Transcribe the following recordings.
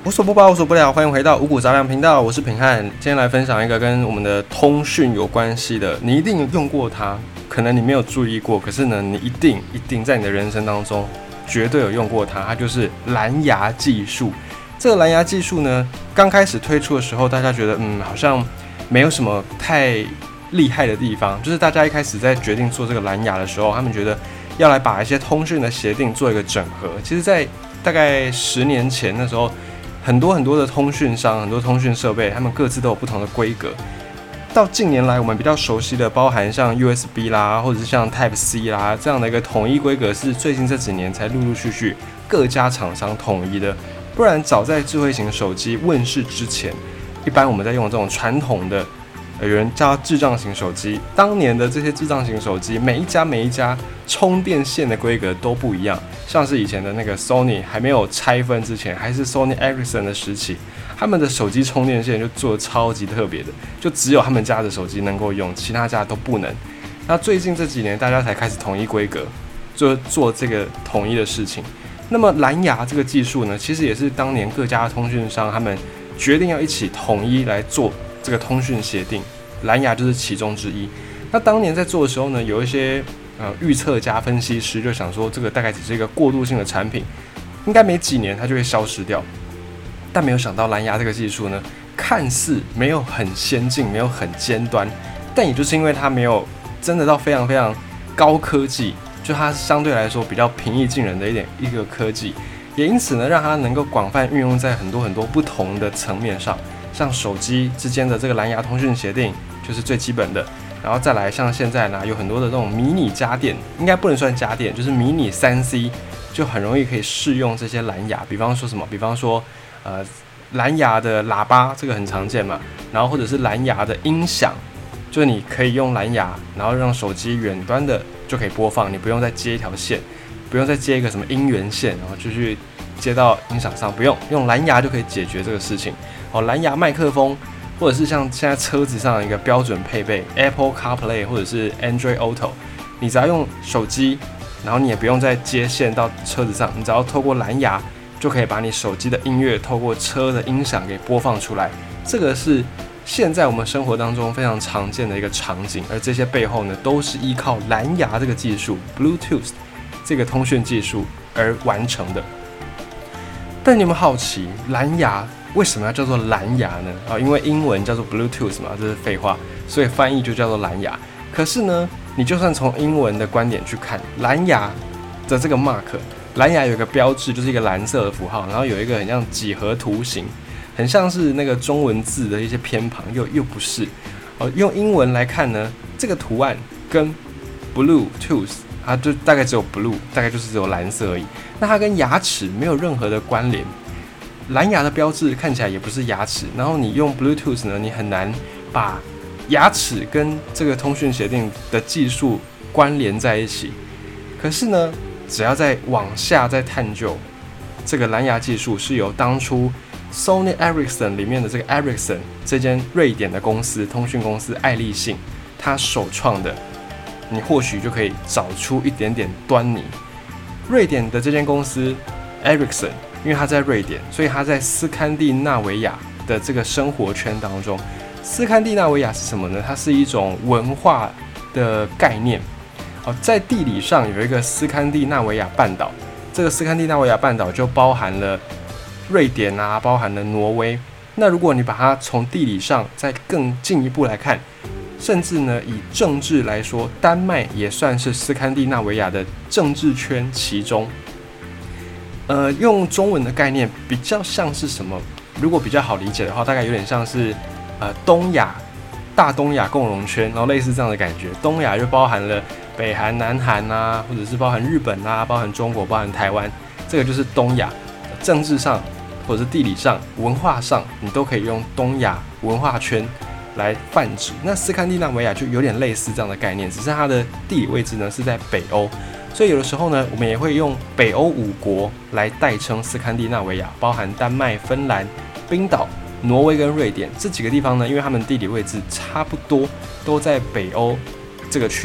无所不包，无所不聊，欢迎回到五谷杂粮频道，我是品汉。今天来分享一个跟我们的通讯有关系的，你一定用过它，可能你没有注意过，可是呢，你一定在你的人生当中绝对有用过它，它就是蓝牙技术。这个蓝牙技术呢，刚开始推出的时候，大家觉得好像没有什么太厉害的地方，就是大家一开始在决定做这个蓝牙的时候，他们觉得要来把一些通讯的协定做一个整合。其实，在大概10年前那时候，很多的通讯商、很多通讯设备，他们各自都有不同的规格。到近年来，我们比较熟悉的，包含像 USB 啦，或者是像 Type C 啦这样的一个统一规格，是最近这几年才陆陆续续各家厂商统一的。不然，早在智慧型手机问世之前，一般我们在用这种传统的，有人叫它智障型手机。当年的这些智障型手机，每一家充电线的规格都不一样。像是以前的那个 Sony 还没有拆分之前，还是 Sony Ericsson 的时期，他们的手机充电线就做得超级特别的，就只有他们家的手机能够用，其他家都不能。那最近这几年，大家才开始统一规格，做这个统一的事情。那么蓝牙这个技术呢，其实也是当年各家通讯商他们决定要一起统一来做这个通讯协定，蓝牙就是其中之一。那当年在做的时候呢，有一些预测家、分析师就想说，这个大概只是一个过渡性的产品，应该没几年它就会消失掉。但没有想到蓝牙这个技术呢，看似没有很先进，没有很尖端，但也就是因为它没有真的到非常非常高科技，就它相对来说比较平易近人的一个科技，也因此呢，让它能够广泛运用在很多不同的层面上，像手机之间的这个蓝牙通讯协定就是最基本的。然后再来，像现在呢，有很多的这种迷你家电，应该不能算家电，就是迷你3C， 就很容易可以适用这些蓝牙。比方说什么？比方说，蓝牙的喇叭，这个很常见嘛。然后或者是蓝牙的音响，就是你可以用蓝牙，然后让手机远端的就可以播放，你不用再接一条线，不用再接一个什么音源线，然后就去接到音响上，不用，用蓝牙就可以解决这个事情。蓝牙麦克风。或者是像现在车子上一个标准配备 Apple CarPlay 或者是 Android Auto， 你只要用手机，然后你也不用再接线到车子上，你只要透过蓝牙就可以把你手机的音乐透过车的音响给播放出来。这个是现在我们生活当中非常常见的一个场景，而这些背后呢，都是依靠蓝牙这个技术 Bluetooth 这个通讯技术而完成的。但你有没有好奇蓝牙为什么要叫做蓝牙呢？因为英文叫做 Bluetooth 嘛，这是废话，所以翻译就叫做蓝牙。可是呢，你就算从英文的观点去看，蓝牙的这个 mark， 蓝牙有一个标志，就是一个蓝色的符号，然后有一个很像几何图形，很像是那个中文字的一些偏旁，又不是。用英文来看呢，这个图案跟 Bluetooth， 它就大概只有 blue， 大概就是只有蓝色而已。那它跟牙齿没有任何的关联。蓝牙的标志看起来也不是牙齿，然后你用 Bluetooth 呢，你很难把牙齿跟这个通讯协定的技术关联在一起。可是呢，只要再往下再探究，这个蓝牙技术是由当初 Sony Ericsson 里面的这个 Ericsson 这间瑞典的公司，通讯公司爱立信，它首创的。你或许就可以找出一点点端倪。瑞典的这间公司 Ericsson。因为他在瑞典，所以他在斯堪的纳维亚的这个生活圈当中。斯堪的纳维亚是什么呢？它是一种文化的概念。在地理上有一个斯堪的纳维亚半岛，这个斯堪的纳维亚半岛就包含了瑞典啊，包含了挪威。那如果你把它从地理上再更进一步来看，甚至呢以政治来说，丹麦也算是斯堪的纳维亚的政治圈其中。用中文的概念比较像是什么？如果比较好理解的话，大概有点像是大东亚共荣圈，然后类似这样的感觉。东亚就包含了北韩、南韩啊，或者是包含日本啊，包含中国、包含台湾，这个就是东亚。政治上或者是地理上、文化上，你都可以用东亚文化圈来泛指。那斯堪的纳维亚就有点类似这样的概念，只是它的地理位置呢是在北欧。所以有的时候呢，我们也会用北欧5国来代称斯堪的纳维亚，包含丹麦、芬兰、冰岛、挪威跟瑞典这几个地方呢，因为它们地理位置差不多，都在北欧这个区块，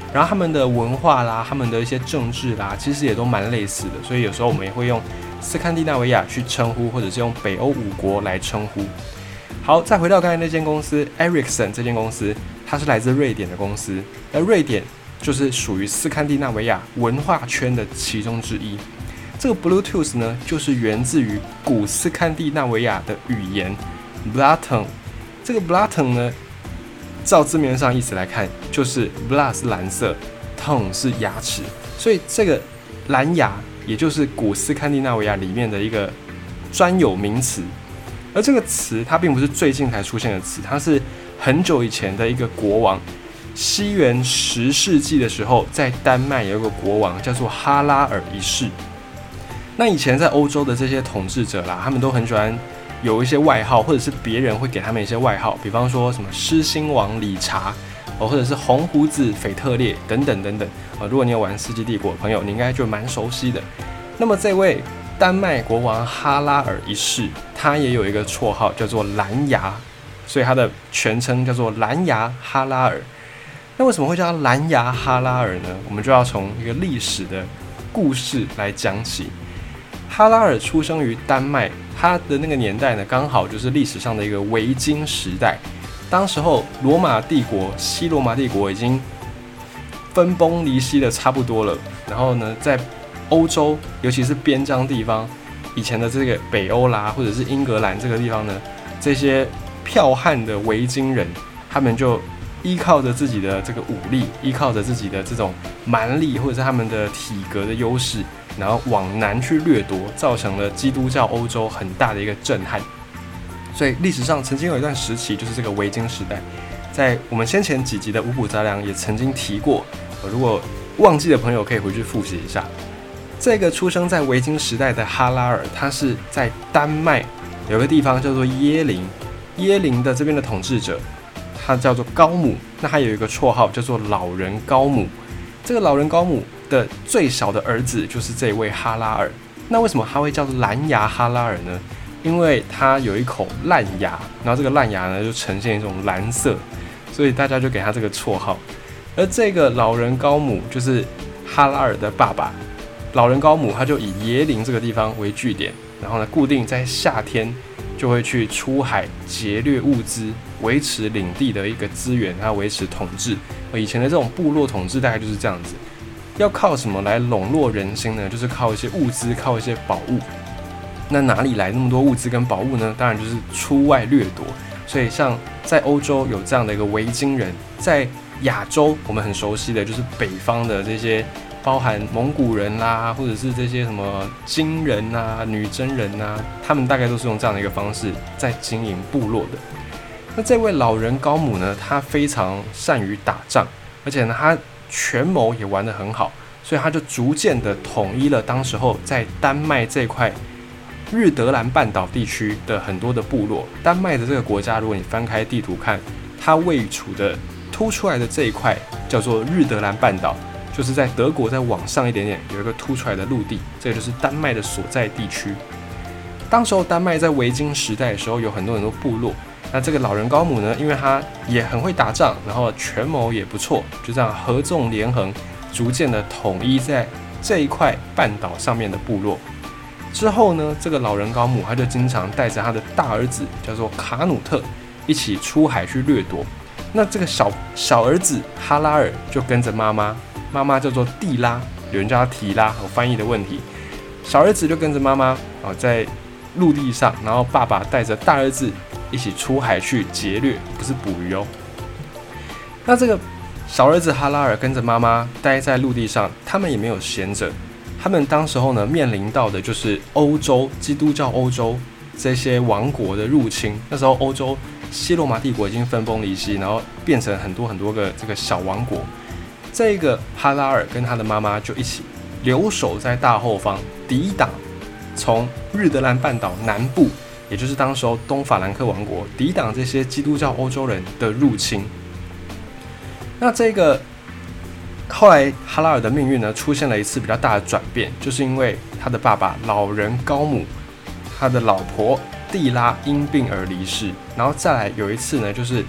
然后他们的文化啦，他们的一些政治啦，其实也都蛮类似的，所以有时候我们也会用斯堪的纳维亚去称呼，或者是用北欧5国来称呼。好，再回到刚才那间公司 Ericsson 这间公司，它是来自瑞典的公司，而瑞典就是属于斯堪的纳维亚文化圈的其中之一。这个 Bluetooth 呢，就是源自于古斯堪的纳维亚的语言 Blaton。这个 Blaton 呢，照字面上意思来看，就是 Bla 是蓝色 ，Tongue 是牙齿，所以这个蓝牙也就是古斯堪的纳维亚里面的一个专有名词。而这个词它并不是最近才出现的词，它是很久以前的一个国王。西元10世纪的时候，在丹麦有一个国王叫做哈拉尔一世。那以前在欧洲的这些统治者啦，他们都很喜欢有一些外号，或者是别人会给他们一些外号，比方说什么狮心王理查，或者是红胡子腓特烈等等等等。如果你有玩《世纪帝国》的朋友，你应该就蛮熟悉的。那么这位丹麦国王哈拉尔一世，他也有一个绰号叫做蓝牙，所以他的全称叫做蓝牙哈拉尔。那为什么会叫他蓝牙哈拉尔呢？我们就要从一个历史的故事来讲起。哈拉尔出生于丹麦，他的那个年代呢，刚好就是历史上的一个维京时代。当时候罗马帝国、西罗马帝国已经分崩离析的差不多了，然后呢，在欧洲，尤其是边疆地方，以前的这个北欧啦，或者是英格兰这个地方呢，这些剽悍的维京人，他们就依靠着自己的这个武力，依靠着自己的这种蛮力，或者是他们的体格的优势，然后往南去掠夺，造成了基督教欧洲很大的一个震撼。所以历史上曾经有一段时期，就是这个维京时代，在我们先前几集的五谷杂粮也曾经提过，如果忘记的朋友可以回去复习一下。这个出生在维京时代的哈拉尔，他是在丹麦有个地方叫做耶林，耶林的这边的统治者，他叫做高姆，那他有一个绰号叫做老人高姆。这个老人高姆的最小的儿子就是这位哈拉尔。那为什么他会叫蓝牙哈拉尔呢？因为他有一口烂牙，然后这个烂牙呢就呈现一种蓝色，所以大家就给他这个绰号。而这个老人高姆就是哈拉尔的爸爸。老人高姆他就以耶林这个地方为据点，然后呢，固定在夏天就会去出海劫掠物资，维持领地的一个资源，还有维持统治。以前的这种部落统治大概就是这样子。要靠什么来笼络人心呢？就是靠一些物资，靠一些宝物。那哪里来那么多物资跟宝物呢？当然就是出外掠夺。所以像在欧洲有这样的一个维京人，在亚洲我们很熟悉的就是北方的这些。包含蒙古人啦，或者是这些什么金人啊、女真人啊，他们大概都是用这样的一个方式在经营部落的。那这位老人高姆呢，他非常善于打仗，而且呢，他权谋也玩得很好，所以他就逐渐的统一了当时候在丹麦这块日德兰半岛地区的很多的部落。丹麦的这个国家，如果你翻开地图看，它位处的凸出来的这一块叫做日德兰半岛。就是在德国再往上一点点有一个凸出来的陆地，这个就是丹麦的所在地区。当时候丹麦在维京时代的时候有很多部落，那这个老人高姆呢，因为他也很会打仗，然后权谋也不错，就这样合纵连横，逐渐的统一在这一块半岛上面的部落。之后呢，这个老人高姆他就经常带着他的大儿子叫做卡努特一起出海去掠夺。那这个小儿子哈拉尔就跟着妈妈叫做蒂拉，有人叫他提拉，有翻译的问题。小儿子就跟着妈妈在陆地上，然后爸爸带着大儿子一起出海去劫掠，不是捕鱼哦。那这个小儿子哈拉尔跟着妈妈待在陆地上，他们也没有闲着。他们当时候呢，面临到的就是欧洲基督教欧洲这些王国的入侵。那时候欧洲西罗马帝国已经分崩离析，然后变成很多个这个小王国。这个哈拉尔跟他的妈妈就一起留守在大后方，抵挡从日德兰半岛南部，也就是当时候东法兰克王国，抵挡这些基督教欧洲人的入侵。那这个后来哈拉尔的命运呢，出现了一次比较大的转变，就是因为他的爸爸老人高姆，他的老婆蒂拉因病而离世，然后再来有一次呢，就是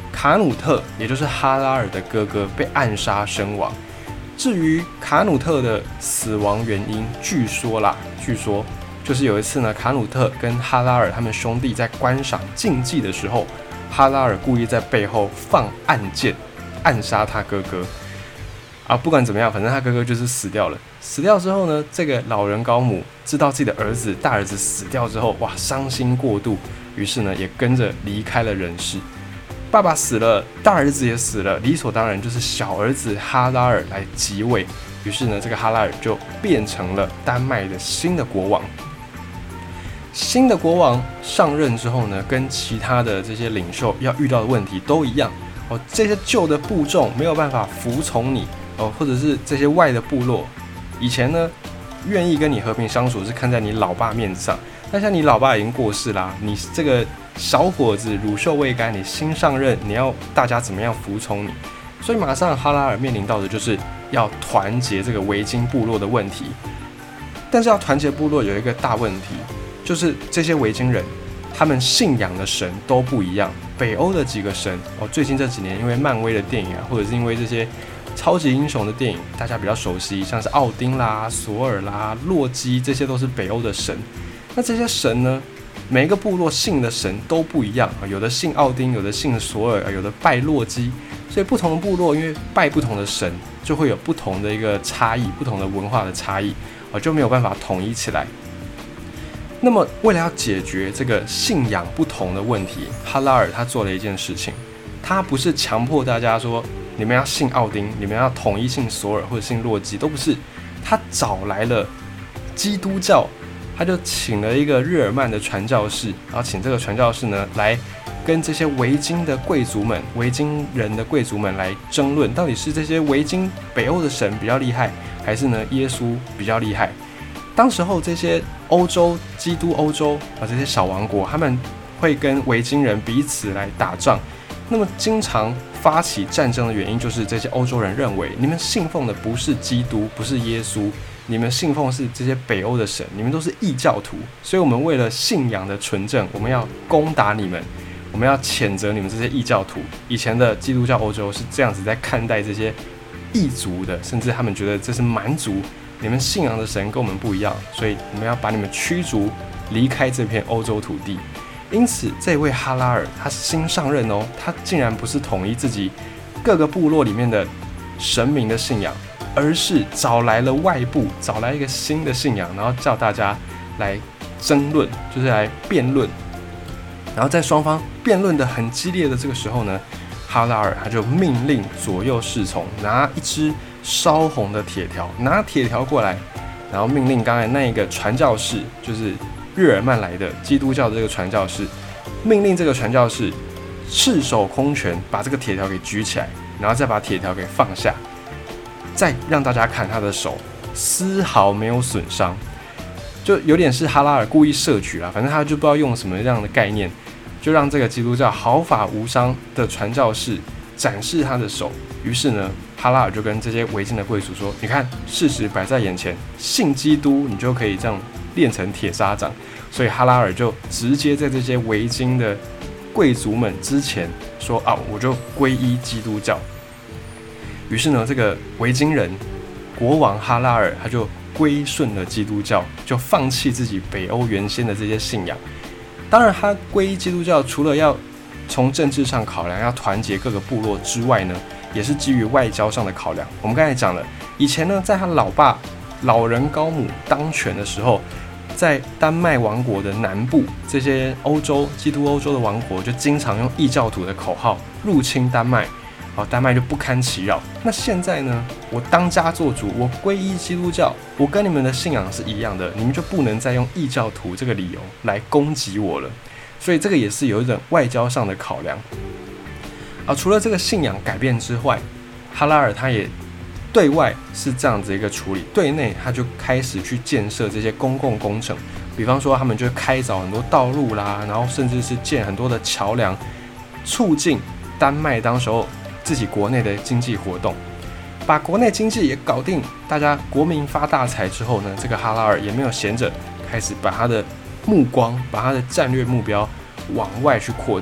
卡努特，也就是哈拉尔的哥哥，被暗杀身亡。至于卡努特的死亡原因，据说就是有一次呢，卡努特跟哈拉尔他们兄弟在观赏竞技的时候，哈拉尔故意在背后放暗箭，暗杀他哥哥。不管怎么样，反正他哥哥就是死掉了。死掉之后呢，这个老人高母知道自己的大儿子死掉之后，哇，伤心过度，于是呢也跟着离开了人世。爸爸死了，大儿子也死了，理所当然就是小儿子哈拉尔来即位。于是呢，这个哈拉尔就变成了丹麦的新的国王。新的国王上任之后呢，跟其他的这些领袖要遇到的问题都一样这些旧的部众没有办法服从你或者是这些外的部落，以前呢愿意跟你和平相处是看在你老爸面子上，但像你老爸已经过世啦，你这个小伙子乳臭未干，你新上任，你要大家怎么样服从你？所以马上哈拉尔面临到的就是要团结这个维京部落的问题。但是要团结部落有一个大问题，就是这些维京人他们信仰的神都不一样。北欧的几个神最近这几年因为漫威的电影或者是因为这些超级英雄的电影，大家比较熟悉，像是奥丁啦、索尔啦、洛基，这些都是北欧的神。那这些神呢，每一个部落信的神都不一样有的信奥丁，有的信索尔，有的拜洛基。所以不同的部落因为拜不同的神，就会有不同的一个差异，不同的文化的差异就没有办法统一起来。那么为了要解决这个信仰不同的问题，哈拉尔他做了一件事情，他不是强迫大家说你们要信奥丁，你们要统一信索尔或者信洛基，都不是。他找来了基督教，他就请了一个日耳曼的传教士，然后请这个传教士呢来跟这些维京的贵族们、维京人的贵族们来争论，到底是这些维京北欧的神比较厉害，还是呢耶稣比较厉害？当时候这些欧洲基督欧洲这些小王国，他们会跟维京人彼此来打仗，那么经常发起战争的原因就是这些欧洲人认为你们信奉的不是基督，不是耶稣，你们信奉是这些北欧的神，你们都是异教徒，所以我们为了信仰的纯正，我们要攻打你们，我们要谴责你们这些异教徒。以前的基督教欧洲是这样子在看待这些异族的，甚至他们觉得这是蛮族，你们信仰的神跟我们不一样，所以我们要把你们驱逐离开这片欧洲土地。因此这位哈拉尔他新上任他竟然不是统一自己各个部落里面的神明的信仰，而是找来了外部，找来一个新的信仰，然后叫大家来争论，就是来辩论。然后在双方辩论的很激烈的这个时候呢，哈拉尔他就命令左右侍从拿一只烧红的铁条，拿铁条过来，然后命令刚才那一个传教士，就是日耳曼来的基督教的这个传教士，命令这个传教士赤手空拳把这个铁条给举起来，然后再把铁条给放下，再让大家看他的手丝毫没有损伤。就有点是哈拉尔故意设局啦，反正他就不知道用什么样的概念，就让这个基督教毫发无伤的传教士展示他的手。于是呢，哈拉尔就跟这些维京的贵族说：“你看，事实摆在眼前，信基督你就可以这样练成铁砂掌。”所以哈拉尔就直接在这些维京的贵族们之前说：“我就皈依基督教。”于是呢，这个维京人国王哈拉尔他就归顺了基督教，就放弃自己北欧原先的这些信仰。当然，他皈依基督教除了要从政治上考量，要团结各个部落之外呢，也是基于外交上的考量。我们刚才讲了，以前呢，在他老爸老人高母当权的时候，在丹麦王国的南部，这些基督欧洲的王国就经常用异教徒的口号入侵丹麦，丹麦就不堪其扰。那现在呢，我当家做主，我皈依基督教，我跟你们的信仰是一样的，你们就不能再用异教徒这个理由来攻击我了。所以这个也是有一种外交上的考量。除了这个信仰改变之外，哈拉尔他也对外是这样子一个处理，对内他就开始去建设这些公共工程，比方说他们就开凿很多道路啦，然后甚至是建很多的桥梁，促进丹麦当时候自己国内的经济活动，把国内经济也搞定，大家国民发大财之后呢，这个哈拉尔也没有闲着，开始把他的目光，把他的战略目标往外去扩展。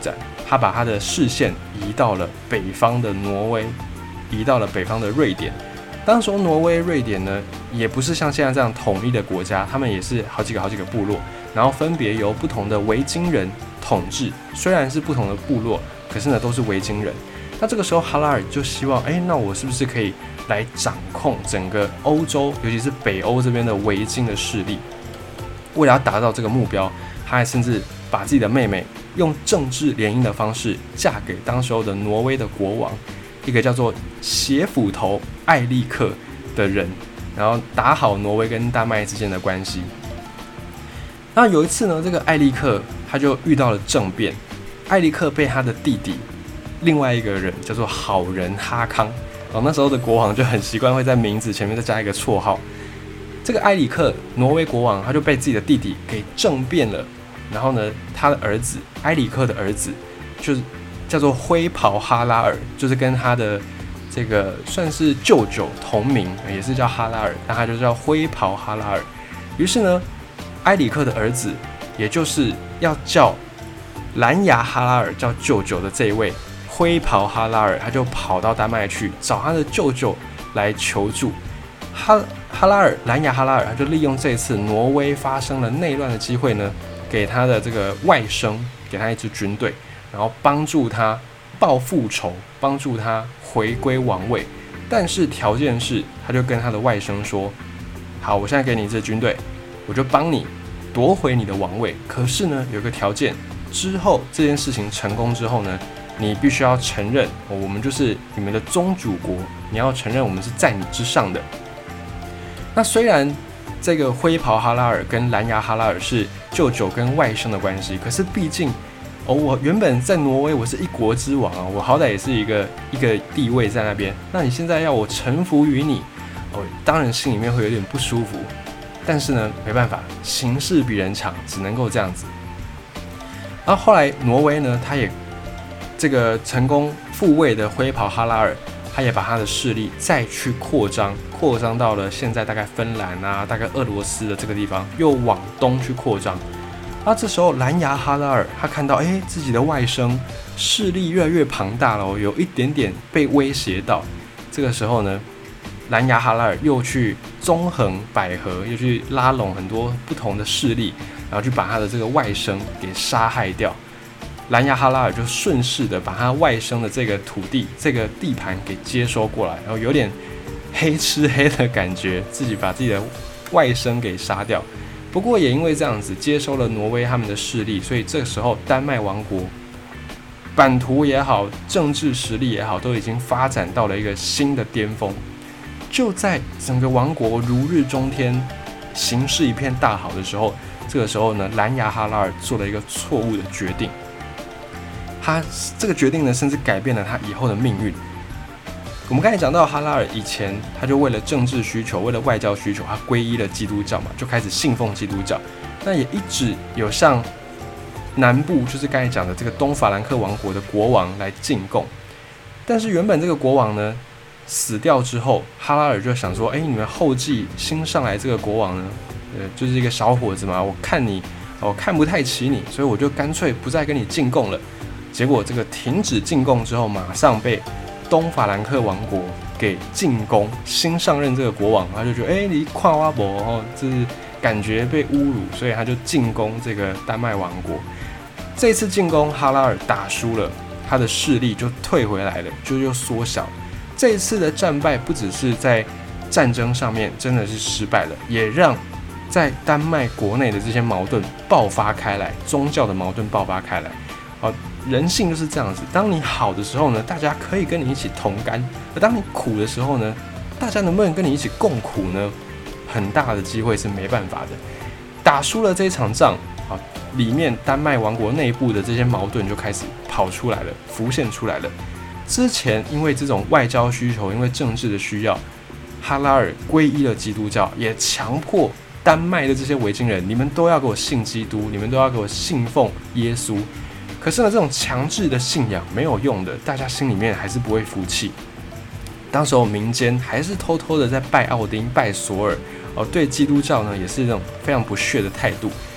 他把他的视线移到了北方的挪威，移到了北方的瑞典。当时挪威、瑞典呢，也不是像现在这样统一的国家，他们也是好几个部落，然后分别由不同的维京人统治。虽然是不同的部落，可是呢都是维京人。那这个时候哈拉尔就希望，那我是不是可以来掌控整个欧洲，尤其是北欧这边的维京的势力？为了要达到这个目标，他还甚至把自己的妹妹用政治联姻的方式嫁给当时候的挪威的国王，一个叫做血斧头艾利克的人，然后打好挪威跟丹麦之间的关系。那有一次呢，这个艾利克他就遇到了政变，艾利克被他的弟弟另外一个人叫做好人哈康，那时候的国王就很习惯会在名字前面再加一个绰号。这个艾里克挪威国王他就被自己的弟弟给政变了，然后呢，他的儿子埃里克的儿子就是叫做灰袍哈拉尔，就是跟他的这个算是舅舅同名，也是叫哈拉尔，但他就叫灰袍哈拉尔。于是呢，埃里克的儿子，也就是要叫蓝牙哈拉尔叫舅舅的这一位灰袍哈拉尔，他就跑到丹麦去找他的舅舅来求助。蓝牙哈拉尔他就利用这次挪威发生了内乱的机会呢，给他的这个外甥给他一支军队，然后帮助他报复仇，帮助他回归王位。但是条件是，他就跟他的外甥说：好，我现在给你一支军队，我就帮你夺回你的王位。可是呢，有个条件，之后这件事情成功之后呢，你必须要承认，我们就是你们的宗主国，你要承认我们是在你之上的。那虽然这个灰袍哈拉尔跟蓝牙哈拉尔是舅舅跟外甥的关系，可是毕竟我原本在挪威我是一国之王啊，我好歹也是一个地位在那边。那你现在要我臣服于你，当然心里面会有点不舒服。但是呢，没办法，形势比人强，只能够这样子。然后后来挪威呢，他也这个成功复位的灰袍哈拉尔，他也把他的势力再去扩张到了现在大概芬兰啊，大概俄罗斯的这个地方，又往东去扩张。那这时候蓝牙哈拉尔他看到，自己的外甥势力越来越庞大了，有一点点被威胁到。这个时候呢，蓝牙哈拉尔又去纵横捭阖，又去拉拢很多不同的势力，然后去把他的这个外甥给杀害掉。蓝牙哈拉尔就顺势的把他外甥的这个土地、这个地盘给接收过来，然后有点黑吃黑的感觉，自己把自己的外甥给杀掉。不过也因为这样子接收了挪威他们的势力，所以这个时候丹麦王国版图也好，政治实力也好，都已经发展到了一个新的巅峰。就在整个王国如日中天、形势一片大好的时候，这个时候呢，蓝牙哈拉尔做了一个错误的决定。他这个决定呢，甚至改变了他以后的命运。我们刚才讲到哈拉尔以前，他就为了政治需求，为了外交需求，他皈依了基督教嘛，就开始信奉基督教。那也一直有向南部，就是刚才讲的这个东法兰克王国的国王来进贡。但是原本这个国王呢死掉之后，哈拉尔就想说，你们后继新上来这个国王呢，就是一个小伙子嘛，我看不太起你，所以我就干脆不再跟你进贡了。结果这个停止进贡之后，马上被东法兰克王国给进攻。新上任这个国王，他就觉得你跨挖博，就是感觉被侮辱，所以他就进攻这个丹麦王国。这次进攻哈拉尔打输了，他的势力就退回来了，就又缩小。这一次的战败不只是在战争上面真的是失败了，也让在丹麦国内的这些矛盾爆发开来，宗教的矛盾爆发开来。人性就是这样子，当你好的时候呢，大家可以跟你一起同甘；而当你苦的时候呢，大家能不能跟你一起共苦呢？很大的机会是没办法的。打输了这一场仗，里面丹麦王国内部的这些矛盾就开始跑出来了，浮现出来了。之前因为这种外交需求，因为政治的需要，哈拉尔皈依了基督教，也强迫丹麦的这些维京人，你们都要给我信基督，你们都要给我信奉耶稣。可是呢，这种强制的信仰没有用的，大家心里面还是不会服气。当时候民间还是偷偷的在拜奥丁、拜索尔，对基督教呢也是这种非常不屑的态度。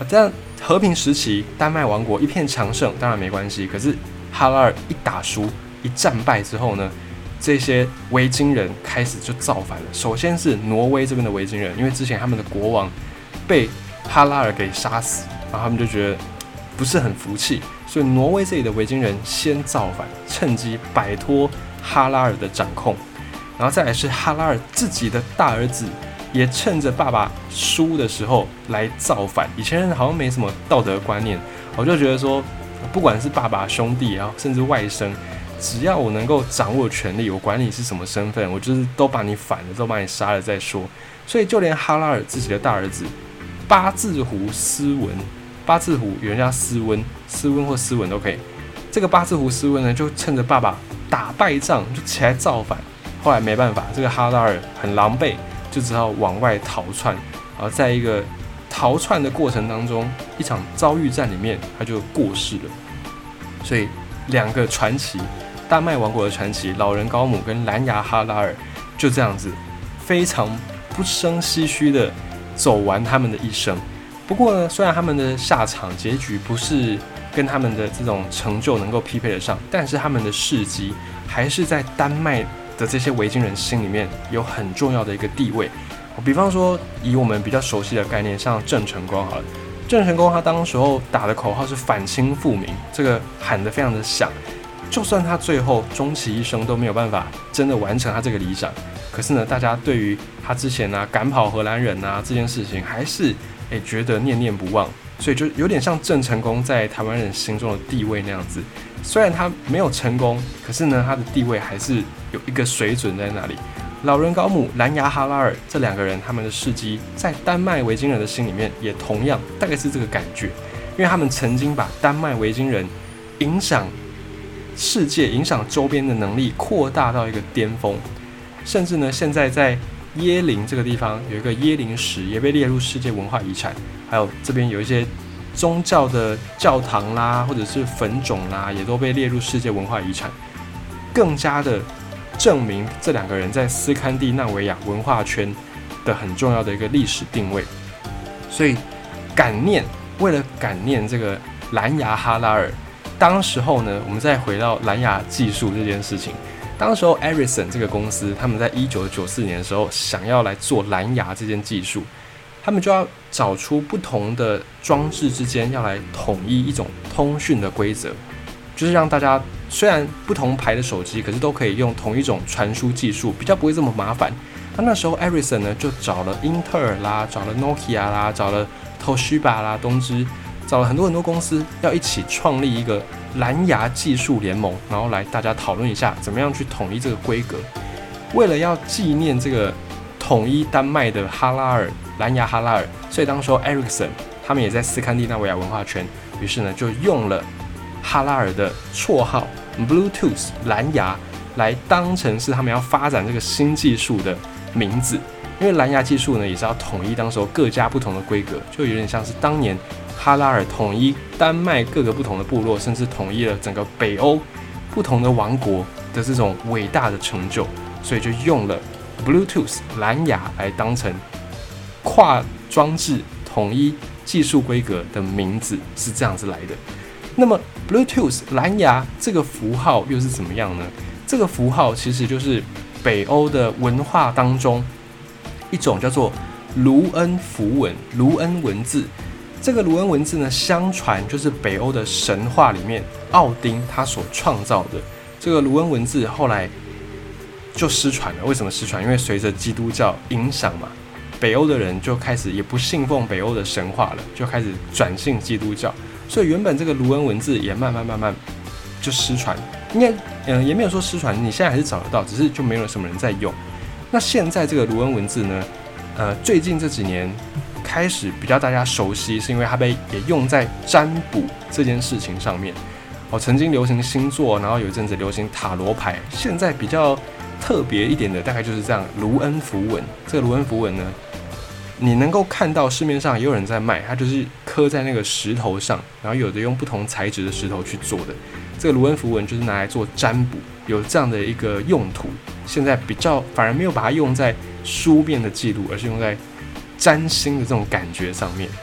这样和平时期丹麦王国一片强盛，当然没关系。可是哈拉尔一打输一战败之后呢，这些维京人开始就造反了。首先是挪威这边的维京人，因为之前他们的国王被哈拉尔给杀死，然后他们就觉得不是很服气，所以挪威这里的维京人先造反，趁机摆脱哈拉尔的掌控。然后再来是哈拉尔自己的大儿子，也趁着爸爸输的时候来造反。以前人好像没什么道德观念，我就觉得说，不管是爸爸、兄弟啊，甚至外甥，只要我能够掌握权力，我管你是什么身份，我就是都把你反了，都把你杀了再说。所以就连哈拉尔自己的大儿子八字胡斯文，八字胡有人叫斯温或斯文都可以。这个八字胡斯温呢，就趁着爸爸打败仗，就起来造反。后来没办法，这个哈拉尔很狼狈，就只好往外逃窜。然后在一个逃窜的过程当中，一场遭遇战里面，他就过世了。所以两个传奇，丹麦王国的传奇老人高姆跟蓝牙哈拉尔，就这样子非常不生唏嘘的走完他们的一生。不过呢，虽然他们的下场结局不是跟他们的这种成就能够匹配得上，但是他们的事迹还是在丹麦的这些维京人心里面有很重要的一个地位。比方说，以我们比较熟悉的概念，像郑成功好了，郑成功他当时候打的口号是反清复明，这个喊得非常的响。就算他最后终其一生都没有办法真的完成他这个理想，可是呢，大家对于他之前赶跑荷兰人这件事情，还是觉得念念不忘。所以就有点像郑成功在台湾人心中的地位那样子。虽然他没有成功，可是呢，他的地位还是有一个水准在那里。老人高姆、蓝牙哈拉尔这两个人，他们的事迹在丹麦维京人的心里面也同样大概是这个感觉，因为他们曾经把丹麦维京人影响世界、影响周边的能力扩大到一个巅峰，甚至呢，现在在耶林这个地方有一个耶林石，也被列入世界文化遗产，还有这边有一些宗教的教堂啦，或者是坟冢啦，也都被列入世界文化遗产，更加的证明这两个人在斯堪的纳维亚文化圈的很重要的一个历史定位。所以为了感念这个蓝牙哈拉尔，当时候呢，我们再回到蓝牙技术这件事情。当时候 Ericsson 这个公司，他们在1994年的时候想要来做蓝牙这件技术，他们就要找出不同的装置之间要来统一一种通讯的规则，就是让大家虽然不同牌的手机，可是都可以用同一种传输技术，比较不会这么麻烦。那时候 Ericsson 呢就找了英特尔啦，找了 Nokia 啦，找了 Toshiba 啦，东芝，找了很多公司要一起创立一个蓝牙技术联盟，然后来大家讨论一下怎么样去统一这个规格。为了要纪念这个统一丹麦的哈拉尔蓝牙哈拉尔，所以当时候 Ericsson 他们也在斯堪的纳维亚文化圈，于是呢就用了哈拉尔的绰号 Bluetooth 蓝牙来当成是他们要发展这个新技术的名字。因为蓝牙技术呢也是要统一当时候各家不同的规格，就有点像是当年哈拉尔统一丹麦各个不同的部落，甚至统一了整个北欧不同的王国的这种伟大的成就，所以就用了 Bluetooth 蓝牙来当成跨装置统一技术规格的名字，是这样子来的。那么 Bluetooth 蓝牙这个符号又是怎么样呢？这个符号其实就是北欧的文化当中一种叫做卢恩符文、卢恩文字。这个卢恩文字呢，相传就是北欧的神话里面奥丁他所创造的。这个卢恩文字后来就失传了。为什么失传？因为随着基督教影响嘛，北欧的人就开始也不信奉北欧的神话了，就开始转信基督教。所以原本这个卢恩文字也慢慢就失传。应该也没有说失传，你现在还是找得到，只是就没有什么人在用。那现在这个卢恩文字呢，最近这几年开始比较大家熟悉，是因为它被也用在占卜这件事情上面。曾经流行星座，然后有一阵子流行塔罗牌，现在比较特别一点的大概就是这样卢恩符文。这个卢恩符文呢，你能够看到市面上也有人在卖，它就是刻在那个石头上，然后有的用不同材质的石头去做的。这个卢恩符文就是拿来做占卜，有这样的一个用途。现在比较反而没有把它用在书面的记录，而是用在占星的这种感觉上面。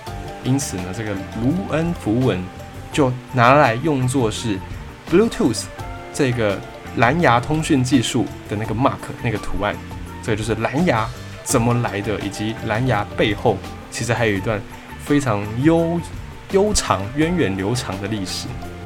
因此呢，这个卢恩符文就拿来用作是 Bluetooth 这个蓝牙通讯技术的那个 mark 那个图案。这个就是蓝牙怎么来的，以及蓝牙背后其实还有一段非常悠长、源远流长的历史。